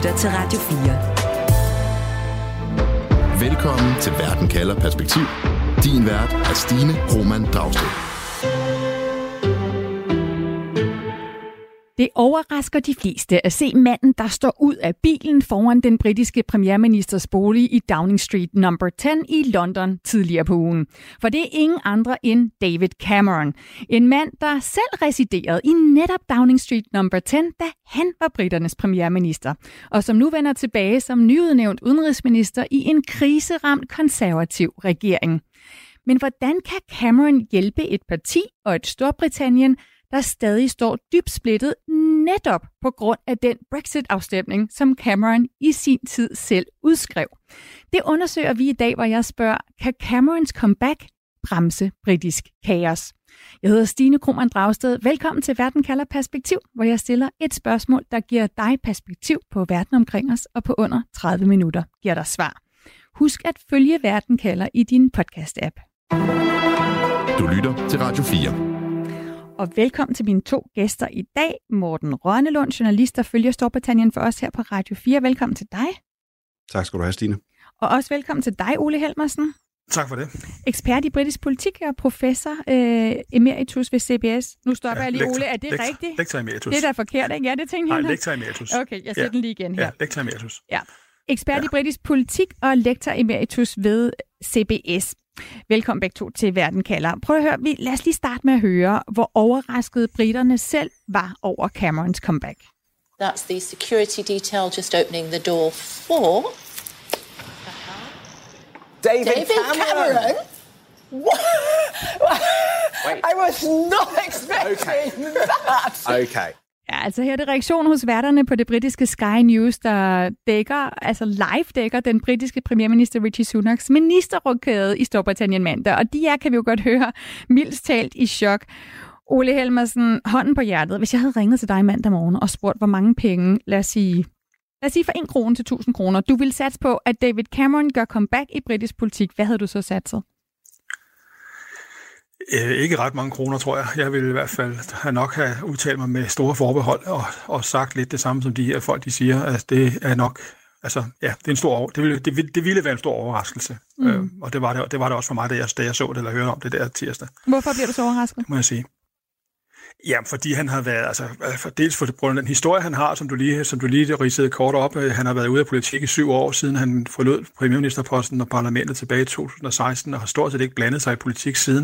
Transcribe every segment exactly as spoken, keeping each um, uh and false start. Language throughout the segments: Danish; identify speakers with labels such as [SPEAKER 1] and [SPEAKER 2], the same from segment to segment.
[SPEAKER 1] lytter til Radio fire.
[SPEAKER 2] Velkommen til Verden kalder perspektiv. Din vært er Stine Roman Dragsted.
[SPEAKER 3] Det overrasker de fleste at se manden, der står ud af bilen foran den britiske premierministers bolig i Downing Street number ti i London tidligere på ugen. For det er ingen andre end David Cameron. En mand, der selv residerede i netop Downing Street number ti, da han var briternes premierminister. Og som nu vender tilbage som nyudnævnt udenrigsminister i en kriseramt konservativ regering. Men hvordan kan Cameron hjælpe et parti og et Storbritannien, der stadig står dybt splittet netop på grund af den Brexit-afstemning, som Cameron i sin tid selv udskrev? Det undersøger vi i dag, hvor jeg spørger, kan Camerons comeback bremse britisk kaos? Jeg hedder Stine Roman Dragsted. Velkommen til Verden kalder perspektiv, hvor jeg stiller et spørgsmål, der giver dig perspektiv på verden omkring os, og på under tredive minutter giver dig svar. Husk at følge Verden kalder i din podcast-app.
[SPEAKER 2] Du lytter til Radio fire.
[SPEAKER 3] Og velkommen til mine to gæster i dag. Morten Rønnelund, journalist, der følger Storbritannien for os her på Radio fire. Velkommen til dig.
[SPEAKER 4] Tak skal du have, Stine.
[SPEAKER 3] Og også velkommen til dig, Ole Helmersen.
[SPEAKER 5] Tak for det.
[SPEAKER 3] Ekspert i britisk politik og professor øh, emeritus ved C B S. Nu stopper ja, jeg lige,
[SPEAKER 5] lektor,
[SPEAKER 3] Ole. Er det
[SPEAKER 5] lektor,
[SPEAKER 3] rigtigt?
[SPEAKER 5] Lektor emeritus.
[SPEAKER 3] Det er da forkert, ikke? Ja, det tænkte jeg.
[SPEAKER 5] Nej, lektor emeritus.
[SPEAKER 3] Okay, jeg sætter ja. den lige igen her.
[SPEAKER 5] Ja, lektor emeritus.
[SPEAKER 3] Ja. Ekspert ja. i britisk politik og lektor emeritus ved C B S. Velkommen begge to til Verden kalder. Prøv at høre, vi, lad os lige starte med at høre, hvor overraskede briterne selv var over Camerons comeback.
[SPEAKER 6] That's the security detail just opening the door for...
[SPEAKER 7] David,
[SPEAKER 6] David
[SPEAKER 7] Cameron?
[SPEAKER 6] Cameron?
[SPEAKER 7] Wait. I was not expecting okay. that.
[SPEAKER 4] Okay.
[SPEAKER 3] Ja, altså her er det reaktion hos værterne på det britiske Sky News, der dækker, altså live dækker den britiske premierminister Rishi Sunaks ministerrokade i Storbritannien mandag. Og de er, kan vi jo godt høre, mildest talt i chok. Ole Helmersen, hånden på hjertet. Hvis jeg havde ringet til dig mandag morgen og spurgt, hvor mange penge, lad os sige, lad os sige fra en krone til tusind kroner, du ville satse på, at David Cameron gør comeback i britisk politik. Hvad havde du så satset?
[SPEAKER 5] Øh, ikke ret mange kroner, tror jeg. Jeg ville i hvert fald have nok have udtalt mig med store forbehold og, og sagt lidt det samme, som de her folk, de siger, at det er nok, altså ja, det er en stor, det ville, det ville, det ville være en stor overraskelse. Mm. Øh, og det var det, det var det også for mig, da jeg, da jeg så det eller hørte om det der tirsdag.
[SPEAKER 3] Hvorfor bliver du så overrasket?
[SPEAKER 5] Det må jeg sige. Ja, fordi han har været, altså for dels for grund af den historie, han har, som du lige, som du lige ridsede kort op. Han har været ude af politik i syv år, siden han forlod premierministerposten og parlamentet tilbage i to tusind og seksten, og har stort set ikke blandet sig i politik siden.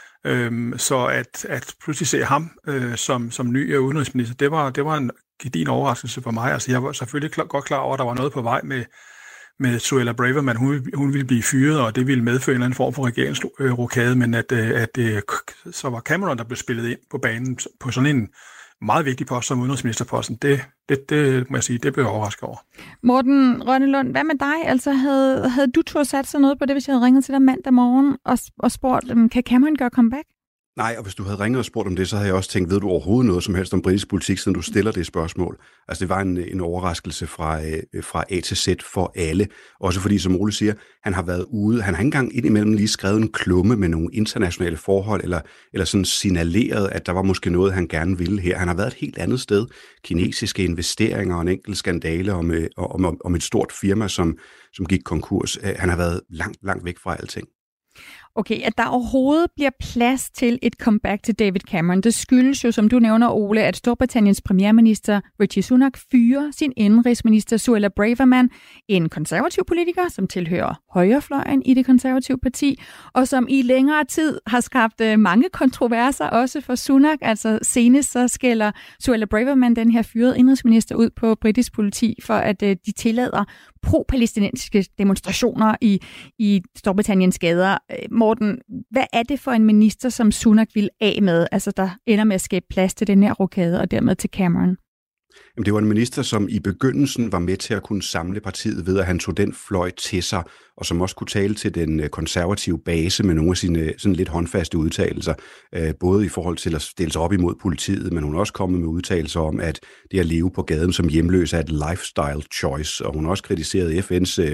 [SPEAKER 5] Øhm, så at, at pludselig se ham øh, som, som ny udenrigsminister, det var, det var en gedigen overraskelse for mig. Altså, jeg var selvfølgelig klar, godt klar over, at der var noget på vej med, med Suella Braverman. Hun, hun ville blive fyret, og det ville medføre en eller anden form for regeringsrokade, men at, at, at så var Cameron, der blev spillet ind på banen på sådan en meget vigtig post som udenrigsministerposten. Det, det, det må jeg sige, det blev jeg overrasket over.
[SPEAKER 3] Morten Rønnelund, hvad med dig? Altså, havde, havde du turde sat sig noget på det, hvis jeg havde ringet til dig mandag morgen og, og spurgt, kan Cameron gøre comeback?
[SPEAKER 4] Nej, og hvis du havde ringet og spurgt om det, så havde jeg også tænkt, ved du overhovedet noget som helst om britisk politik, siden du stiller det spørgsmål? Altså, det var en, en overraskelse fra, øh, fra A til Z for alle. Også fordi, som Ole siger, han har været ude, han har ikke engang indimellem lige skrevet en klumme med nogle internationale forhold, eller, eller sådan signaleret, at der var måske noget, han gerne ville her. Han har været et helt andet sted. Kinesiske investeringer og en enkelt skandale om, øh, om, om et stort firma, som, som gik konkurs. Han har været langt, langt væk fra alting.
[SPEAKER 3] Okay, at der overhovedet bliver plads til et comeback til David Cameron, det skyldes jo, som du nævner, Ole, at Storbritanniens premierminister Rishi Sunak fyrer sin indenrigsminister Suella Braverman, en konservativ politiker, som tilhører højrefløjen i det konservative parti, og som i længere tid har skabt mange kontroverser, også for Sunak. Altså senest så skælder Suella Braverman, den her fyrede indenrigsminister, ud på britisk politi, for at de tillader pro-palæstinensiske demonstrationer i, i Storbritanniens gader. Morten, hvad er det for en minister, som Sunak vil af med, altså der ender med at skabe plads til den her rokade og dermed til Cameron?
[SPEAKER 4] Jamen, det var en minister, som i begyndelsen var med til at kunne samle partiet ved, at han tog den fløj til sig, og som også kunne tale til den konservative base med nogle af sine sådan lidt håndfaste udtalelser, både i forhold til at stille sig op imod politiet, men hun er også kommet med udtalelser om, at det at leve på gaden som hjemløs er et lifestyle choice, og hun har også kritiseret F N's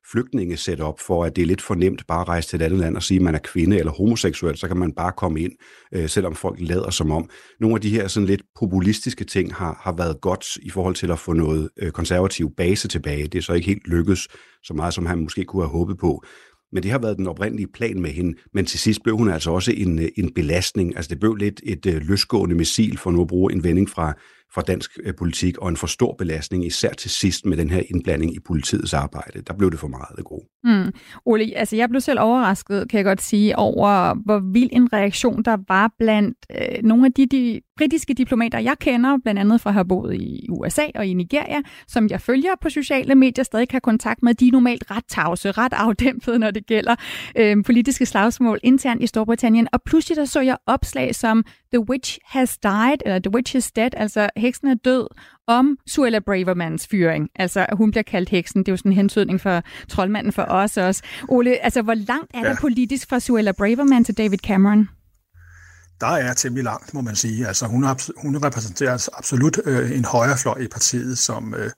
[SPEAKER 4] flygtninge-setup for, at det er lidt for nemt bare at rejse til et andet land og sige, at man er kvinde eller homoseksuel, så kan man bare komme ind, øh, selvom folk lader som om. Nogle af de her sådan lidt populistiske ting har, har været godt i forhold til at få noget øh, konservativ base tilbage. Det er så ikke helt lykkedes så meget, som han måske kunne have håbet på. Men det har været den oprindelige plan med hende. Men til sidst blev hun altså også en, en belastning. Altså det blev lidt et uh, løsgående missil, for nu at bruge en vending fra, fra dansk uh, politik, og en for stor belastning, især til sidst med den her indblanding i politiets arbejde. Der blev det for meget af gode.
[SPEAKER 3] Mm. Ole, altså jeg blev selv overrasket, kan jeg godt sige, over hvor vild en reaktion der var blandt øh, nogle af de, de britiske diplomater, jeg kender, blandt andet fra at have boet i U S A og i Nigeria, som jeg følger på sociale medier, stadig har kontakt med. De er normalt ret tavse, ret afdæmpede, når det gælder øh, politiske slagsmål internt i Storbritannien. Og pludselig der så jeg opslag som The Witch Has Died, eller The Witch Is Dead, altså heksen er død, om Suella Bravermans fyring. Altså, at hun bliver kaldt heksen. Det er jo sådan en hentydning for troldmanden for os også. Ole, altså, hvor langt er ja. der politisk fra Suella Braverman til David Cameron?
[SPEAKER 5] Der er temmelig langt, må man sige. Altså, hun, hun repræsenterer absolut øh, en højrefløj i partiet, som, øh,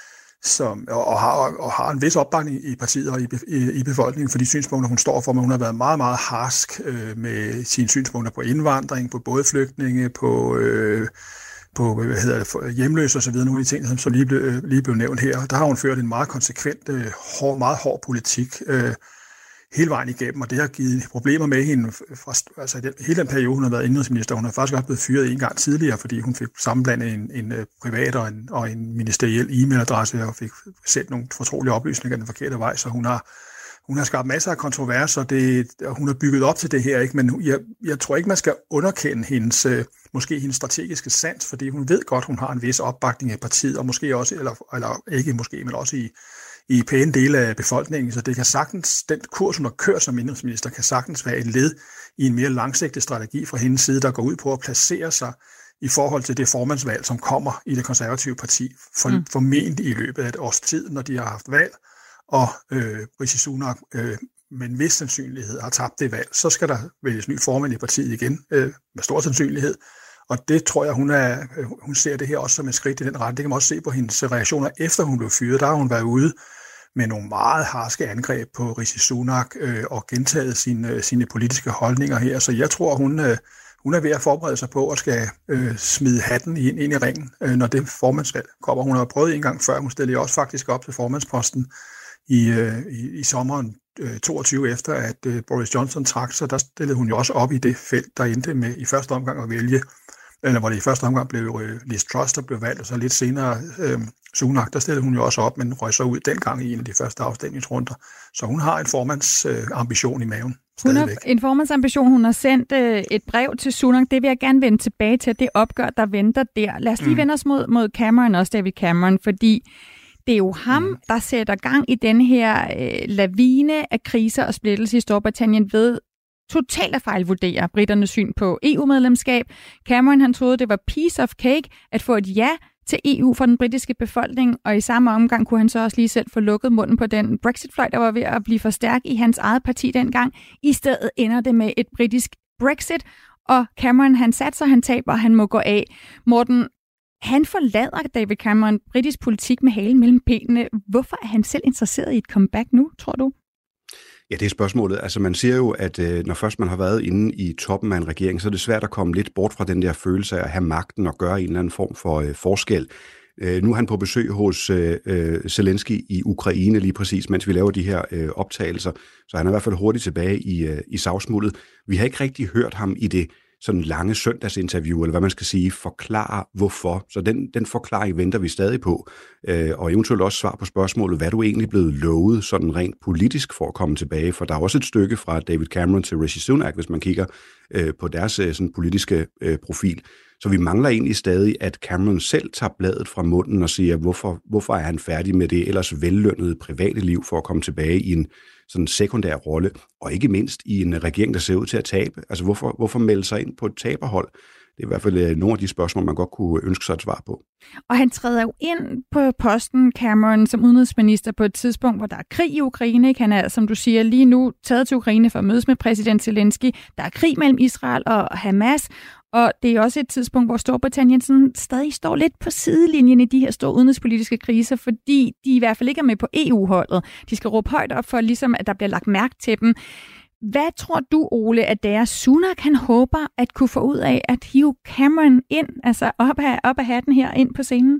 [SPEAKER 5] som, og, har, og har en vis opbakning i partiet og i, i, i befolkningen for de synspunkter, hun står for. Men hun har været meget, meget harsk øh, med sine synspunkter på indvandring, på både flygtninge, på... Øh, på hvad hedder det, hjemløse og så videre, nogle af de ting, som lige blev, lige blev nævnt her. Der har hun ført en meget konsekvent, hård, meget hård politik øh, hele vejen igennem, og det har givet problemer med hende. Fra, altså den, hele den periode, hun har været indrigsminister, hun har faktisk også blevet fyret en gang tidligere, fordi hun fik sammenblandet en, en privat og en, og en ministeriel e-mailadresse og fik sendt nogle fortrolige oplysninger den forkerte vej, så hun har Hun har skabt masser af kontroverser, det, hun har bygget op til det her, ikke? Men jeg, jeg tror ikke, man skal underkende hendes, øh, måske hendes strategiske sans, fordi hun ved godt, hun har en vis opbakning i partiet, og måske også, eller, eller ikke måske, men også i, i pæne dele af befolkningen, så det kan sagtens, den kurs, hun har kørt som indenrigsminister, kan sagtens være et led i en mere langsigtet strategi fra hendes side, der går ud på at placere sig i forhold til det formandsvalg, som kommer i det konservative parti, for, mm. formentlig i løbet af et års tid, når de har haft valg, og øh, Rishi Sunak øh, med en vis sandsynlighed har tabt det valg, så skal der vælges ny formand i partiet igen, øh, med stor sandsynlighed. Og det tror jeg, hun, er, hun ser det her også som et skridt i den retning. Det kan man også se på hendes reaktioner, efter hun blev fyret. Der har hun været ude med nogle meget harske angreb på Rishi Sunak øh, og gentaget sine, sine politiske holdninger her. Så jeg tror, hun, øh, hun er ved at forberede sig på at skal øh, smide hatten ind, ind i ringen, øh, når det formandsvalg kommer. Hun har prøvet en gang før. Hun stillede også faktisk op til formandsposten i, øh, i, i sommeren øh, toogtyve, efter at øh, Boris Johnson trak sig. Der stillede hun jo også op i det felt, der endte med i første omgang at vælge, eller hvor det i første omgang blev øh, Liz Truss, der blev valgt, og så lidt senere øh, Sunak, der stillede hun jo også op, men røg så ud dengang i en af de første afstemningsrunder. Så hun har en formandsambition øh, i maven.
[SPEAKER 3] Hun har en formandsambition. Hun har sendt øh, et brev til Sunak. Det vil jeg gerne vende tilbage til, det opgør, der venter der. Lad os lige mm. vende os mod, mod Cameron, også David Cameron, fordi det er jo ham, mm. der sætter gang i den her øh, lavine af kriser og splittelse i Storbritannien ved totalt at fejlvurdere britternes syn på E U-medlemskab. Cameron, han troede, det var piece of cake at få et ja til E U for den britiske befolkning, og i samme omgang kunne han så også lige selv få lukket munden på den Brexit-fløj, der var ved at blive for stærk i hans eget parti dengang. I stedet ender det med et britisk Brexit, og Cameron, han satte sig, han taber, han må gå af. Morten, han forlader David Cameron britisk politik med halen mellem benene. Hvorfor er han selv interesseret i et comeback nu, tror du?
[SPEAKER 4] Ja, det er spørgsmålet. Altså man siger jo, at øh, når først man har været inde i toppen af en regering, så er det svært at komme lidt bort fra den der følelse af at have magten og gøre en eller anden form for øh, forskel. Øh, nu er han på besøg hos øh, Zelensky i Ukraine lige præcis, mens vi laver de her øh, optagelser, så han er i hvert fald hurtigt tilbage i, øh, i savsmuldet. Vi har ikke rigtig hørt ham i det sådan lange søndagsinterview, eller hvad man skal sige, forklare hvorfor. Så den, den forklaring venter vi stadig på. Øh, og eventuelt også svar på spørgsmålet, hvad du egentlig blevet lovet sådan rent politisk for at komme tilbage, for der er også et stykke fra David Cameron til Rishi Sunak, hvis man kigger øh, på deres øh, sådan politiske øh, profil. Så vi mangler egentlig stadig, at Cameron selv tager bladet fra munden og siger, hvorfor, hvorfor er han færdig med det ellers vellønnede private liv for at komme tilbage i en sådan sekundær rolle, og ikke mindst i en regering, der ser ud til at tabe. Altså hvorfor, hvorfor melde sig ind på et taberhold? Det er i hvert fald nogle af de spørgsmål, man godt kunne ønske sig et svar på.
[SPEAKER 3] Og han træder jo ind på posten, Cameron, som udenrigsminister på et tidspunkt, hvor der er krig i Ukraine. Han er, som du siger, lige nu taget til Ukraine for at mødes med præsident Zelensky. Der er krig mellem Israel og Hamas. Og det er også et tidspunkt, hvor Storbritannien sådan stadig står lidt på sidelinjen i de her store udenrigspolitiske kriser, fordi de i hvert fald ikke er med på E U-holdet. De skal råbe højt op for, ligesom, at der bliver lagt mærke til dem. Hvad tror du, Ole, at det er Sunak, han håber at kunne få ud af at hive Cameron ind, altså op af, op af hatten her ind på scenen?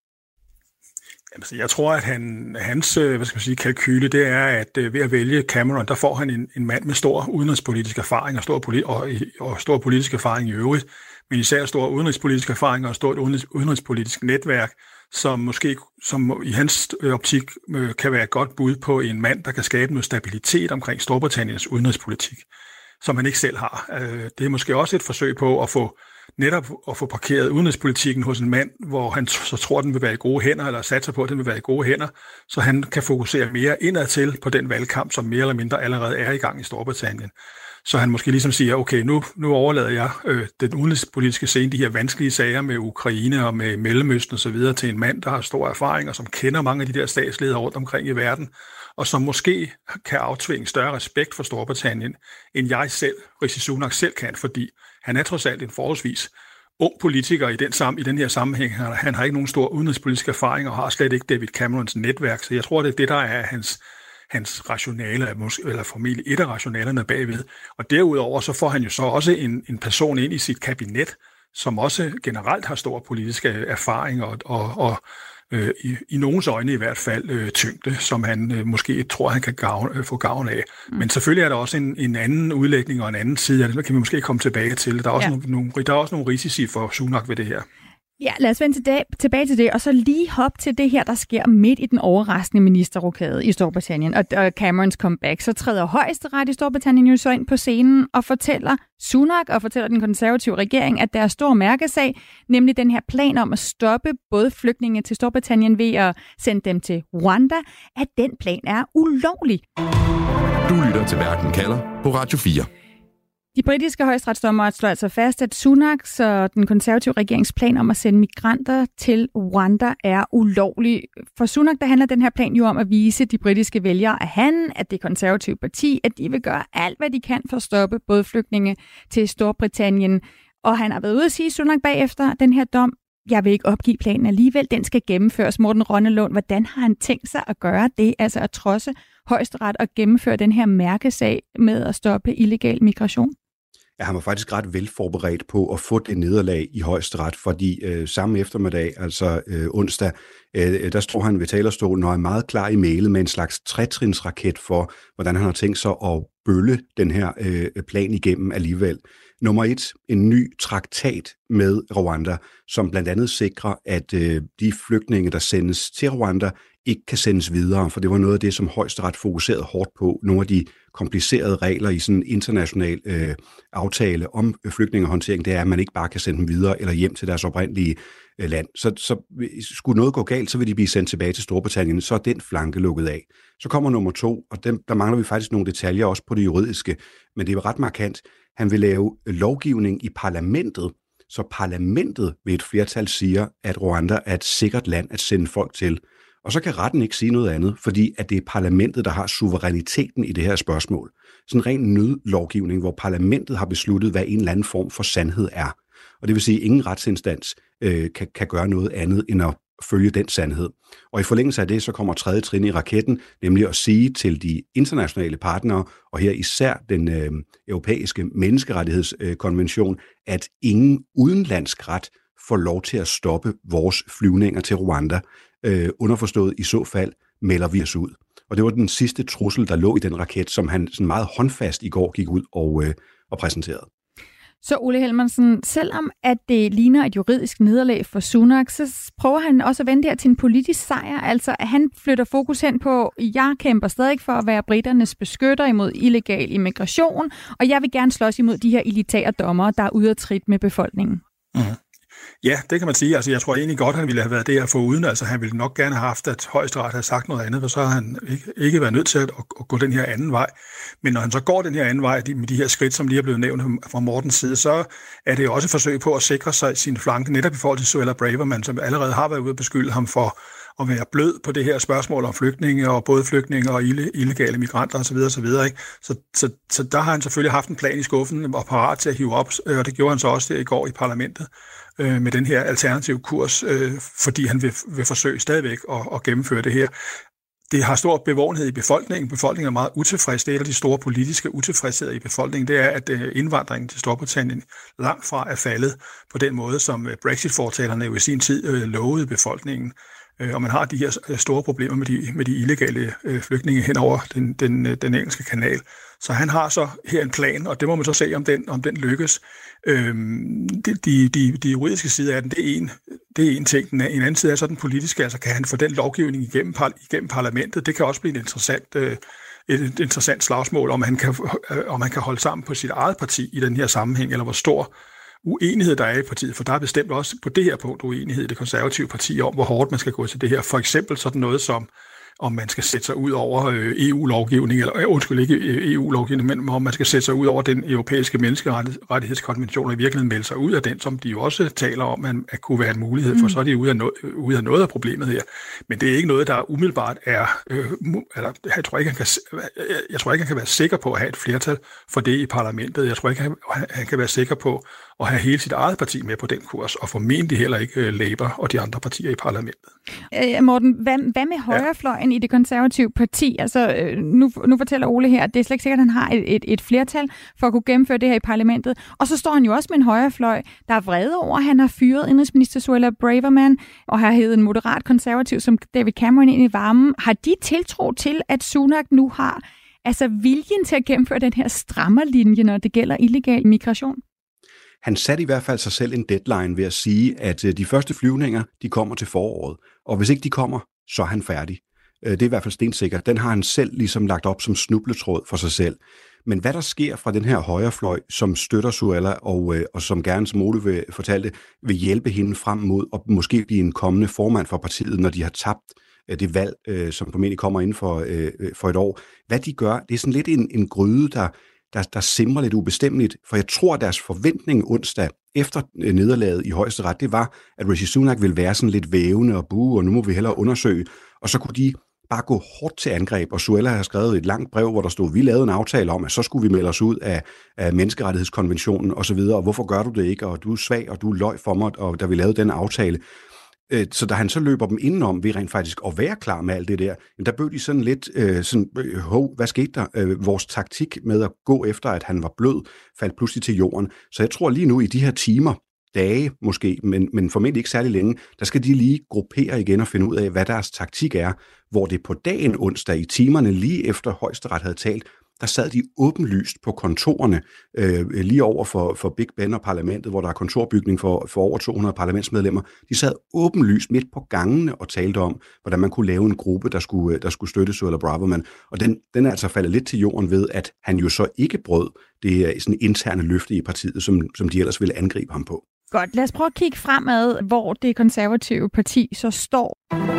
[SPEAKER 5] Jamen, jeg tror, at han, hans hvad skal man sige, kalkyle, det er, at ved at vælge Cameron, der får han en, en mand med stor udenrigspolitisk erfaring og stor, politi- og, og stor politisk erfaring i øvrigt, men især stor udenrigspolitisk erfaring og stort udenrigspolitisk netværk, som måske som i hans optik kan være et godt bud på en mand, der kan skabe noget stabilitet omkring Storbritanniens udenrigspolitik, som han ikke selv har. Det er måske også et forsøg på at få netop at få parkeret udenrigspolitikken hos en mand, hvor han så tror, at den vil være i gode hænder, eller satser på, at den vil være i gode hænder, så han kan fokusere mere indadtil på den valgkamp, som mere eller mindre allerede er i gang i Storbritannien. Så han måske ligesom siger, okay, nu, nu overlader jeg øh, den udenrigspolitiske scene, de her vanskelige sager med Ukraine og med Mellemøsten osv., til en mand, der har stor erfaring, og som kender mange af de der statsledere rundt omkring i verden, og som måske kan aftvinge større respekt for Storbritannien, end jeg selv, Rishi Sunak selv kan, fordi han er trods alt en forholdsvis ung politiker i den, sam- i den her sammenhæng. Han, han har ikke nogen stor udenrigspolitisk erfaring, og har slet ikke David Camerons netværk, så jeg tror, det er det, der er hans hans rationale, eller formentlig et af rationalerne bagved. Og derudover så får han jo så også en, en person ind i sit kabinet, som også generelt har stor politisk erfaring og, og, og øh, i, i nogens øjne i hvert fald øh, tyngde, som han øh, måske tror, han kan gavn, øh, få gavn af. Mm. Men selvfølgelig er der også en, en anden udlægning og en anden side af det, så kan vi måske komme tilbage til. Der er også, ja. nogle, der er også nogle risici for Sunak ved det her.
[SPEAKER 3] Ja, lad os vende tilbage, tilbage til det, og så lige hoppe til det her, der sker midt i den overraskende ministerrokade i Storbritannien, og, og Camerons comeback. Så træder højesteret i Storbritannien jo så ind på scenen og fortæller Sunak og fortæller den konservative regering, at der er stor mærkesag, nemlig den her plan om at stoppe både flygtninge til Storbritannien ved at sende dem til Rwanda, at den plan er ulovlig.
[SPEAKER 2] Du lytter til Verden kalder på Radio fire.
[SPEAKER 3] De britiske højesteretsdommere slår altså fast, at Sunaks og den konservative regeringsplan om at sende migranter til Rwanda er ulovlig. For Sunak der handler den her plan jo om at vise de britiske vælgere, at han, at det konservative parti, at de vil gøre alt, hvad de kan for at stoppe både flygtninge til Storbritannien. Og han har været ude at sige, Sunak bagefter den her dom, jeg vil ikke opgive planen alligevel, den skal gennemføres. Morten Rønnelund, hvordan har han tænkt sig at gøre det, altså at trodse højesteret og gennemføre den her mærkesag med at stoppe illegal migration?
[SPEAKER 4] Ja, han var faktisk ret velforberedt på at få det nederlag i højesteret, fordi øh, samme eftermiddag, altså øh, onsdag, øh, der stod han ved talerstolen og er meget klar i mailet med en slags tretrinsraket for, hvordan han har tænkt sig at bølle den her øh, plan igennem alligevel. Nummer et, en ny traktat med Rwanda, som blandt andet sikrer, at øh, de flygtninge, der sendes til Rwanda, ikke kan sendes videre, for det var noget af det, som højesteret fokuserede hårdt på. Nogle af de komplicerede regler i sådan en international øh, aftale om øh, flygtningehåndtering, det er, at man ikke bare kan sende dem videre eller hjem til deres oprindelige øh, land. Så, så skulle noget gå galt, så vil de blive sendt tilbage til Storbritannien, så er den flanke lukket af. Så kommer nummer to, og dem, der mangler vi faktisk nogle detaljer også på det juridiske, men det er ret markant. Han vil lave lovgivning i parlamentet, så parlamentet ved et flertal siger, at Rwanda er et sikkert land at sende folk til. Og så kan retten ikke sige noget andet, fordi at det er parlamentet, der har suveræniteten i det her spørgsmål. Sådan en ren nødlovgivning, hvor parlamentet har besluttet, hvad en eller anden form for sandhed er. Og det vil sige, at ingen retsinstans øh, kan, kan gøre noget andet end at følge den sandhed. Og i forlængelse af det, så kommer tredje trin i raketten, nemlig at sige til de internationale partnere, og her især den øh, europæiske menneskerettighedskonvention, øh, at ingen udenlandsk ret får lov til at stoppe vores flyvninger til Rwanda. Øh, underforstået i så fald melder vi os ud. Og det var den sidste trussel, der lå i den raket, som han sådan meget håndfast i går gik ud og, øh, og præsenterede.
[SPEAKER 3] Så Ole Helmansen, selvom at det ligner et juridisk nederlag for Sunak, så prøver han også at vende det til en politisk sejr. Altså at han flytter fokus hen på, jeg kæmper stadig for at være briternes beskytter imod illegal immigration, og jeg vil gerne slås imod de her elitære dommere, der er ude at trit med befolkningen.
[SPEAKER 5] Mm. Ja, det kan man sige. Altså, jeg tror egentlig godt, han ville have været det her foruden. Altså, han ville nok gerne have haft, at højesteret havde sagt noget andet, for så har han ikke, ikke været nødt til at, at gå den her anden vej. Men når han så går den her anden vej, med de her skridt, som lige er blevet nævnt fra Mortens side, så er det jo også et forsøg på at sikre sig sin flanke, netop i forhold til Suella Braverman, som allerede har været ude at beskylde ham for at være blød på det her spørgsmål om flygtninge, og både flygtninge og illegale migranter osv. osv. Ikke? Så, så, så der har han selvfølgelig haft en plan i skuffen og parat til at hive op, og det gjorde han så også i går i parlamentet øh, med den her alternative kurs, øh, fordi han vil, vil forsøge stadigvæk at, at gennemføre det her. Det har stor bevågenhed i befolkningen. Befolkningen er meget utilfreds. Det er et af de store politiske utilfredsheder i befolkningen. Det er, at indvandringen til Storbritannien langt fra er faldet på den måde, som Brexit-fortalerne jo i sin tid lovede befolkningen. Og man har de her store problemer med de, med de illegale flygtninge hen over den, den, den engelske kanal. Så han har så her en plan, og det må man så se, om den, om den lykkes. Øhm, de, de, de, de juridiske sider af den, det er en, det er en ting. En anden side er så den politiske, altså kan han få den lovgivning igennem, igennem parlamentet. Det kan også blive et interessant, øh, et interessant slagsmål, om han, kan, øh, om han kan holde sammen på sit eget parti i den her sammenhæng, eller hvor stor uenighed der er i partiet, for der er bestemt også på det her punkt uenighed i det konservative parti om, hvor hårdt man skal gå til det her. For eksempel sådan noget som, om man skal sætte sig ud over E U-lovgivning, eller undskyld ikke E U-lovgivning, men om man skal sætte sig ud over den europæiske menneskerettighedskonvention, og i virkeligheden melde sig ud af den, som de jo også taler om, at kunne være en mulighed, for så er de ude af, no- ude af noget af problemet her. Men det er ikke noget, der umiddelbart er, øh, eller jeg tror ikke, han kan, jeg tror ikke, han kan være sikker på at have et flertal for det i parlamentet. Jeg tror ikke, han, han kan være sikker på at have hele sit eget parti med på den kurs, og formentlig heller ikke Labour og de andre partier i parlamentet.
[SPEAKER 3] Øh, Morten, hvad, hvad med højrefløjen ja. i det konservative parti? Altså, nu, nu fortæller Ole her, at det er slet ikke sikkert, at han har et, et, et flertal for at kunne gennemføre det her i parlamentet. Og så står han jo også med en højrefløj, der er vrede over, at han har fyret indrigsminister Suella Braverman, og har hævet en moderat konservativ som David Cameron ind i varmen. Har de tiltro til, at Sunak nu har altså viljen til at gennemføre den her strammerlinje, når det gælder illegal migration?
[SPEAKER 4] Han satte i hvert fald sig selv en deadline ved at sige, at de første flyvninger, de kommer til foråret. Og hvis ikke de kommer, så er han færdig. Det er i hvert fald stensikkert. Den har han selv ligesom lagt op som snubletråd for sig selv. Men hvad der sker fra den her højrefløj, som støtter Suella, og, og som gerne, som Ole vil fortalte, vil hjælpe hende frem mod og måske blive en kommende formand for partiet, når de har tabt det valg, som formentlig kommer inden for, for et år. Hvad de gør, det er sådan lidt en, en gryde, der Der, der simrer lidt ubestemmeligt, for jeg tror, at deres forventning onsdag efter nederlaget i højesteret, det var, at Rishi Sunak ville være sådan lidt vævende og buge, og nu må vi hellere undersøge, og så kunne de bare gå hårdt til angreb, og Suella har skrevet et langt brev, hvor der stod, vi lavede en aftale om, at så skulle vi melde os ud af, af menneskerettighedskonventionen osv., og hvorfor gør du det ikke, og du er svag, og du er løg for mig, og da vi lavede den aftale. Så da han så løber dem indenom ved rent faktisk at være klar med alt det der, der bød de sådan lidt, øh, sådan, hov, hvad skete der? Øh, vores taktik med at gå efter, at han var blød, faldt pludselig til jorden. Så jeg tror lige nu i de her timer, dage måske, men, men formentlig ikke særlig længe, der skal de lige gruppere igen og finde ud af, hvad deres taktik er, hvor det på dagen onsdag i timerne lige efter højesteret havde talt, der sad de åbenlyst på kontorerne, øh, lige over for, for Big Ben og parlamentet, hvor der er kontorbygning for, for over to hundrede parlamentsmedlemmer. De sad åbenlyst midt på gangene og talte om, hvordan man kunne lave en gruppe, der skulle, der skulle støtte Suella Braverman. Og den, den er altså faldet lidt til jorden ved, at han jo så ikke brød det sådan interne løfte i partiet, som, som de ellers ville angribe ham på.
[SPEAKER 3] Godt, lad os prøve at kigge fremad, hvor det konservative parti så står.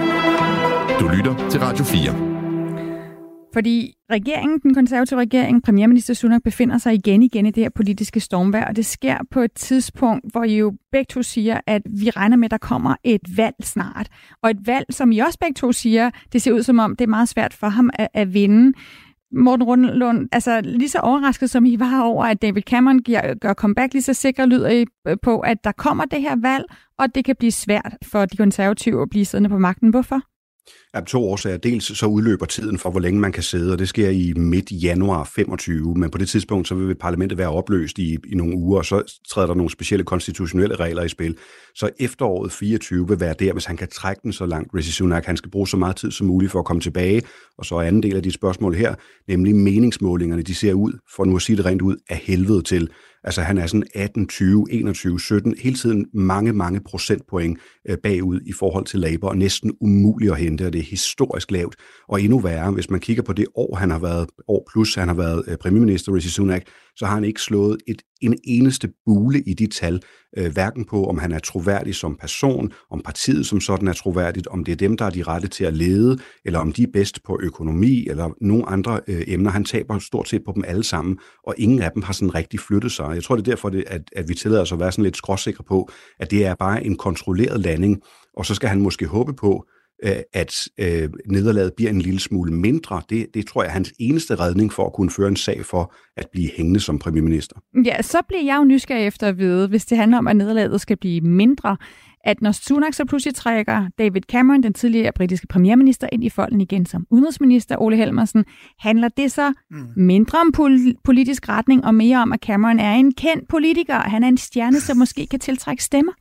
[SPEAKER 2] Du lytter til Radio fire.
[SPEAKER 3] Fordi regeringen, den konservative regering, premierminister Sunak, befinder sig igen igen i det her politiske stormvejr, og det sker på et tidspunkt, hvor I jo begge to siger, at vi regner med, at der kommer et valg snart. Og et valg, som I også begge to siger, det ser ud som om, det er meget svært for ham at, at vinde. Morten Rundlund, altså lige så overrasket som I var over, at David Cameron gør, gør comeback, lige så sikker lyder I på, at der kommer det her valg, og det kan blive svært for de konservative at blive siddende på magten. Hvorfor?
[SPEAKER 4] Ja, to årsager. Dels så udløber tiden for, hvor længe man kan sidde, og det sker i midt januar femogtyve, men på det tidspunkt så vil parlamentet være opløst i, i nogle uger, og så træder der nogle specielle konstitutionelle regler i spil. Så efteråret fireogtyve vil være der, hvis han kan trække den så langt. Rishi Sunak, han skal bruge så meget tid som muligt for at komme tilbage, og så er anden del af dit spørgsmål her, nemlig meningsmålingerne, de ser ud, for nu at sige det rent ud, af helvede til. Altså han er sådan atten, tyve, enogtyve, sytten, hele tiden mange, mange procentpoint bagud i forhold til Labour, og næsten umuligt at hente, og det er historisk lavt. Og endnu værre, hvis man kigger på det år, han har været, år plus han har været premierminister, Rishi Sunak, så har han ikke slået et, en eneste bule i de tal, øh, hverken på, om han er troværdig som person, om partiet som sådan er troværdigt, om det er dem, der er de rette til at lede, eller om de er bedst på økonomi, eller nogle andre øh, emner. Han taber stort set på dem alle sammen, og ingen af dem har sådan rigtig flyttet sig. Jeg tror, det er derfor, det, at, at vi tillader os at være sådan lidt skråsikre på, at det er bare en kontrolleret landing, og så skal han måske håbe på, at øh, nederlaget bliver en lille smule mindre. Det, det tror jeg er hans eneste redning for at kunne føre en sag for at blive hængende som premierminister.
[SPEAKER 3] Ja, så bliver jeg jo nysgerrig efter at vide, hvis det handler om, at nederlaget skal blive mindre, at når Sunak så pludselig trækker David Cameron, den tidligere britiske premierminister, ind i folden igen som udenrigsminister, Ole Helmersen, handler det så mm. mindre om pol- politisk retning og mere om, at Cameron er en kendt politiker? Han er en stjerne, som måske kan tiltrække stemmer?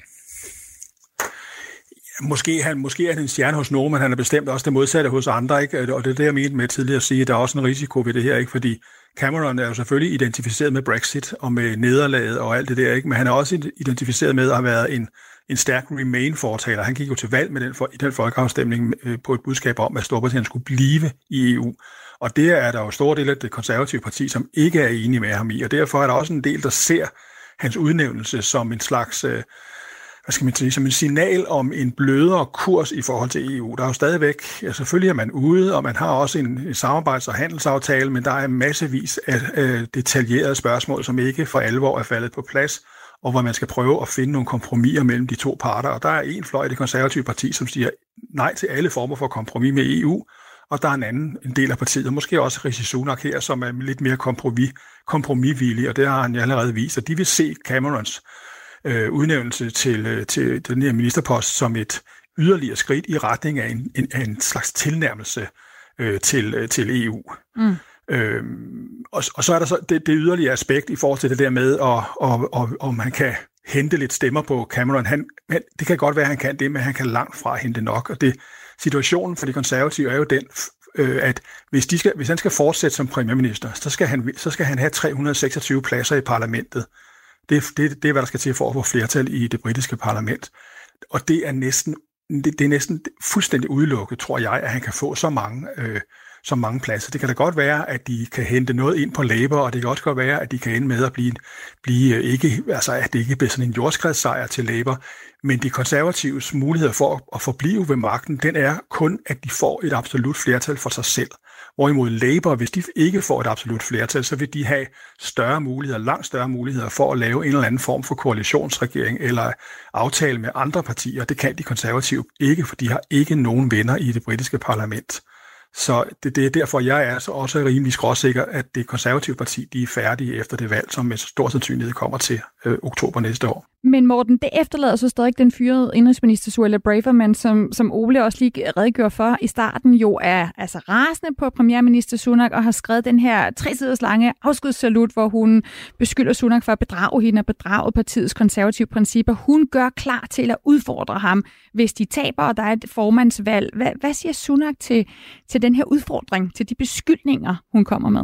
[SPEAKER 5] Måske, han, måske er han en stjerne hos nogen, men han er bestemt også det modsatte hos andre, ikke? Og det er det, jeg mente med tidligere at sige, at der er også en risiko ved det her, ikke? Fordi Cameron er jo selvfølgelig identificeret med Brexit og med nederlaget og alt det der, ikke? Men han er også identificeret med at have været en, en stærk Remain-fortaler. Han gik jo til valg med den, for, i den folkeafstemning øh, på et budskab om, at Storbritannien skulle blive i E U. Og det er der jo store del af det konservative parti, som ikke er enige med ham i, og derfor er der også en del, der ser hans udnævnelse som en slags... Øh, hvad skal man sige, som en signal om en blødere kurs i forhold til E U. Der er jo stadigvæk, ja, selvfølgelig er man ude, og man har også en, en samarbejds- og handelsaftale, men der er massevis af øh, detaljerede spørgsmål, som ikke for alvor er faldet på plads, og hvor man skal prøve at finde nogle kompromiser mellem de to parter. Og der er en fløj i det konservative parti, som siger nej til alle former for kompromis med E U, og der er en anden en del af partiet, og måske også Rishi Sunak her, som er lidt mere kompromis, kompromisvillig, og det har han allerede vist, og de vil se Camerons Øh, udnævnelse til, øh, til den her ministerpost som et yderligere skridt i retning af en, en, af en slags tilnærmelse øh, til, øh, til E U. Mm. Øh, og, og så er der så det, det yderligere aspekt i forhold til det der med, og, og, og, om han kan hente lidt stemmer på Cameron. Han, han, det kan godt være, at han kan det, men han kan langt fra hente nok. Og det, situationen for de konservative er jo den, øh, at hvis, de skal, hvis han skal fortsætte som premierminister, så skal han, så skal han have tre hundrede og seksogtyve pladser i parlamentet. Det, det, det er, hvad der skal til for at få flertal i det britiske parlament. Og det er næsten, det, det er næsten fuldstændig udelukket, tror jeg, at han kan få så mange, øh, så mange pladser. Det kan da godt være, at de kan hente noget ind på Labour, og det kan også godt være, at de kan ende med at blive, blive ikke, altså at det ikke bliver sådan en jordskredssejr til Labour. Men de konservatives muligheder for at, at forblive ved magten, den er kun, at de får et absolut flertal for sig selv. Hvorimod Labour, hvis de ikke får et absolut flertal, så vil de have større muligheder, langt større muligheder for at lave en eller anden form for koalitionsregering eller aftale med andre partier. Det kan de konservative ikke, for de har ikke nogen venner i det britiske parlament. Så det, det er derfor, jeg er så også rimelig skråsikker, at det konservative parti, de er færdige efter det valg, som med stor sandsynlighed kommer til øh, oktober næste år.
[SPEAKER 3] Men Morten, det efterlader så stadig den fyrede indrigsminister Suella Braverman, som, som Ole også lige redegjorde for i starten, jo er altså rasende på premierminister Sunak og har skrevet den her tre siders lange afskedssalut, hvor hun beskylder Sunak for at bedrage hende og bedrage partiets konservative principper. Hun gør klar til at udfordre ham, hvis de taber, og der er et formandsvalg. Hvad, hvad siger Sunak til, til den her udfordring, til de beskyldninger, hun kommer med?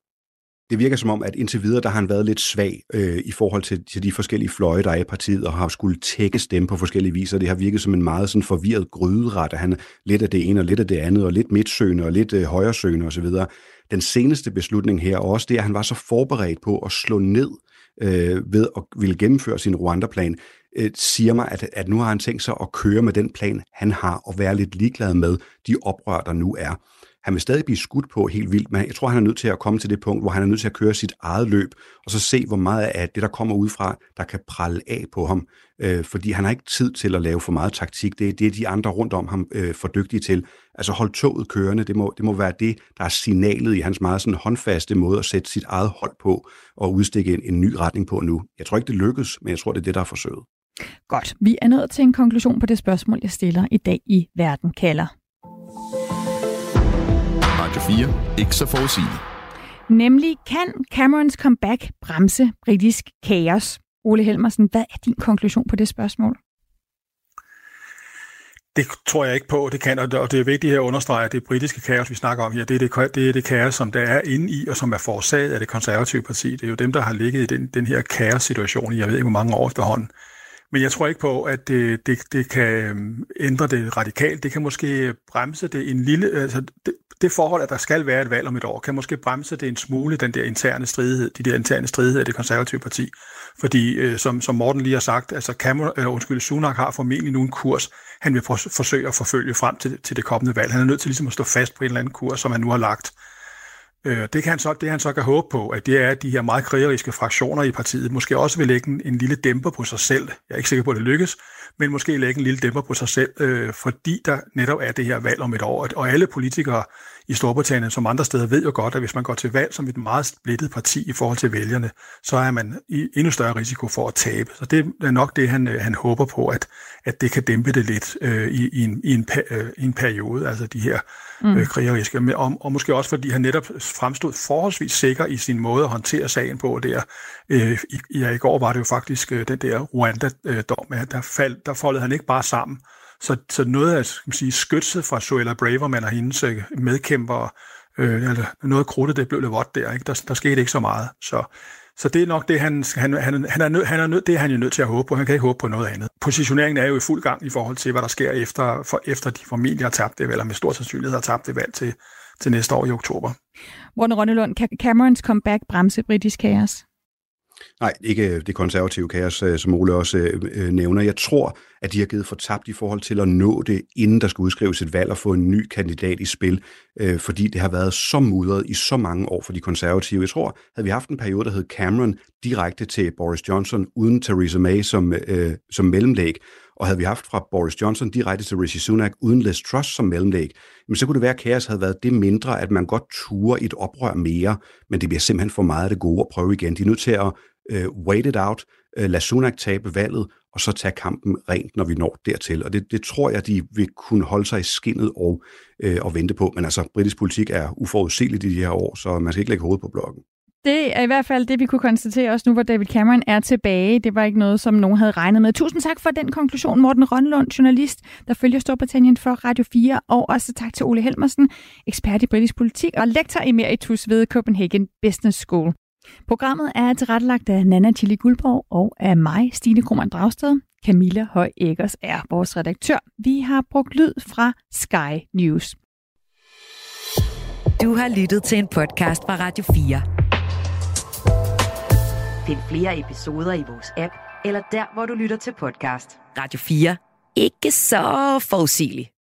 [SPEAKER 4] Det virker som om, at indtil videre, der har han været lidt svag øh, i forhold til, til de forskellige fløje, der er i partiet, og har skulle tække stemme på forskellige viser. Det har virket som en meget sådan forvirret gryderet, at han er lidt af det ene og lidt af det andet, og lidt midtsøgende og lidt øh, højresøgende osv. Den seneste beslutning her, og også det, at han var så forberedt på at slå ned øh, ved at ville gennemføre sin Rwanda-plan, øh, siger mig, at, at nu har han tænkt sig at køre med den plan, han har, og være lidt ligeglad med de oprør, der nu er. Han vil stadig blive skudt på helt vildt, men jeg tror, han er nødt til at komme til det punkt, hvor han er nødt til at køre sit eget løb, og så se, hvor meget af det, der kommer udefra, der kan prelle af på ham. Øh, fordi han har ikke tid til at lave for meget taktik. Det er det, de andre rundt om ham øh, for dygtige til. Altså hold toget kørende, det må, det må være det, der er signalet i hans meget sådan håndfaste måde at sætte sit eget hold på og udstikke en, en ny retning på nu. Jeg tror ikke, det lykkes, men jeg tror, det er det, der er forsøget.
[SPEAKER 3] Godt. Vi er nået til en konklusion på det spørgsmål, jeg stiller i dag i Verden kalder.
[SPEAKER 2] Radio fire. Ikke så forudsigeligt.
[SPEAKER 3] Nemlig, kan Camerons comeback bremse britisk kaos? Ole Helmersen, hvad er din konklusion på det spørgsmål?
[SPEAKER 5] Det tror jeg ikke på, det kan, og det er vigtigt her at understrege, at det britiske kaos, vi snakker om her, det er det, det er det kaos, som der er inde i, og som er forårsaget af det konservative parti. Det er jo dem, der har ligget i den, den her kaos-situation i, jeg ved ikke, hvor mange år efterhånden. Men jeg tror ikke på, at det, det, det kan ændre det radikalt. Det kan måske bremse det en lille... Altså det, det forhold, at der skal være et valg om et år, kan måske bremse det en smule, den der interne stridighed, de der interne stridigheder i det konservative parti. Fordi, øh, som, som Morten lige har sagt, altså Cameron, øh, undskyld, Sunak har formentlig nu en kurs, han vil for, forsøge at forfølge frem til, til det kommende valg. Han er nødt til ligesom at stå fast på en eller anden kurs, som han nu har lagt. Øh, det, kan han så, det han så kan håbe på, at det er, at de her meget krigeriske fraktioner i partiet måske også vil lægge en, en lille dæmper på sig selv. Jeg er ikke sikker på, at det lykkes, men måske lægge en lille dæmper på sig selv, øh, fordi der netop er det her valg om et år. Og alle politikere i Storbritannien, som andre steder, ved jo godt, at hvis man går til valg som et meget splittet parti i forhold til vælgerne, så er man i endnu større risiko for at tabe. Så det er nok det, han, han håber på, at, at det kan dæmpe det lidt øh, i, i, en, i, en, øh, i en periode, altså de her øh, krigeriske. Og, og måske også, fordi han netop fremstod forholdsvis sikker i sin måde at håndtere sagen på der. Øh, i, ja, i går var det jo faktisk øh, den der Rwanda-dom, at der, fald, der foldede han ikke bare sammen. Så, så noget af skal man sige, skytset fra Suella Braverman og hendes øh, medkæmpere, øh, eller noget af krudtet, det blev lidt vådt der, ikke? Der, der skete ikke så meget. Så, så det er nok det, han, han, han, han, er nød, han er nød, det er han jo nødt til at håbe på. Han kan ikke håbe på noget andet. Positioneringen er jo i fuld gang i forhold til, hvad der sker efter, for, efter de formentlig har tabt det, eller med stor sandsynlighed har tabt det valg til, til næste år i oktober.
[SPEAKER 3] Morten Rønnelund, kan Camerons comeback bremse britisk kaos?
[SPEAKER 4] Nej, ikke det konservative kaos, som Ole også øh, nævner. Jeg tror, at de har givet for tabt i forhold til at nå det, inden der skal udskrives et valg og få en ny kandidat i spil, øh, fordi det har været så mudret i så mange år for de konservative. Jeg tror, havde vi haft en periode, der hed Cameron direkte til Boris Johnson, uden Theresa May som, øh, som mellemlæg, og havde vi haft fra Boris Johnson direkte til Rishi Sunak uden Liz Truss som mellemlæg, men så kunne det være, at kaos havde været det mindre, at man godt turer et oprør mere, men det bliver simpelthen for meget af det gode at prøve igen. De er nødt til at øh, wait it out, øh, lade Sunak tabe valget, og så tage kampen rent, når vi når dertil. Og det, det tror jeg, de vil kunne holde sig i skindet og, øh, og vente på. Men altså, britisk politik er uforudsigeligt i de her år, så man skal ikke lægge hovedet på blokken.
[SPEAKER 3] Det er i hvert fald det, vi kunne konstatere også nu, hvor David Cameron er tilbage. Det var ikke noget, som nogen havde regnet med. Tusind tak for den konklusion, Morten Rønnelund, journalist, der følger Storbritannien for Radio fire. Og også tak til Ole Helmersen, ekspert i britisk politik og lektor emeritus ved Copenhagen Business School. Programmet er tilrettelagt af Nana Chili Guldborg og af mig, Stine Krohmann Dragsted. Camilla Høj Eggers er vores redaktør. Vi har brugt lyd fra Sky News.
[SPEAKER 1] Du har lyttet til en podcast fra Radio fire. Find flere episoder i vores app, eller der, hvor du lytter til podcast. Radio fire. Ikke så forudsigeligt.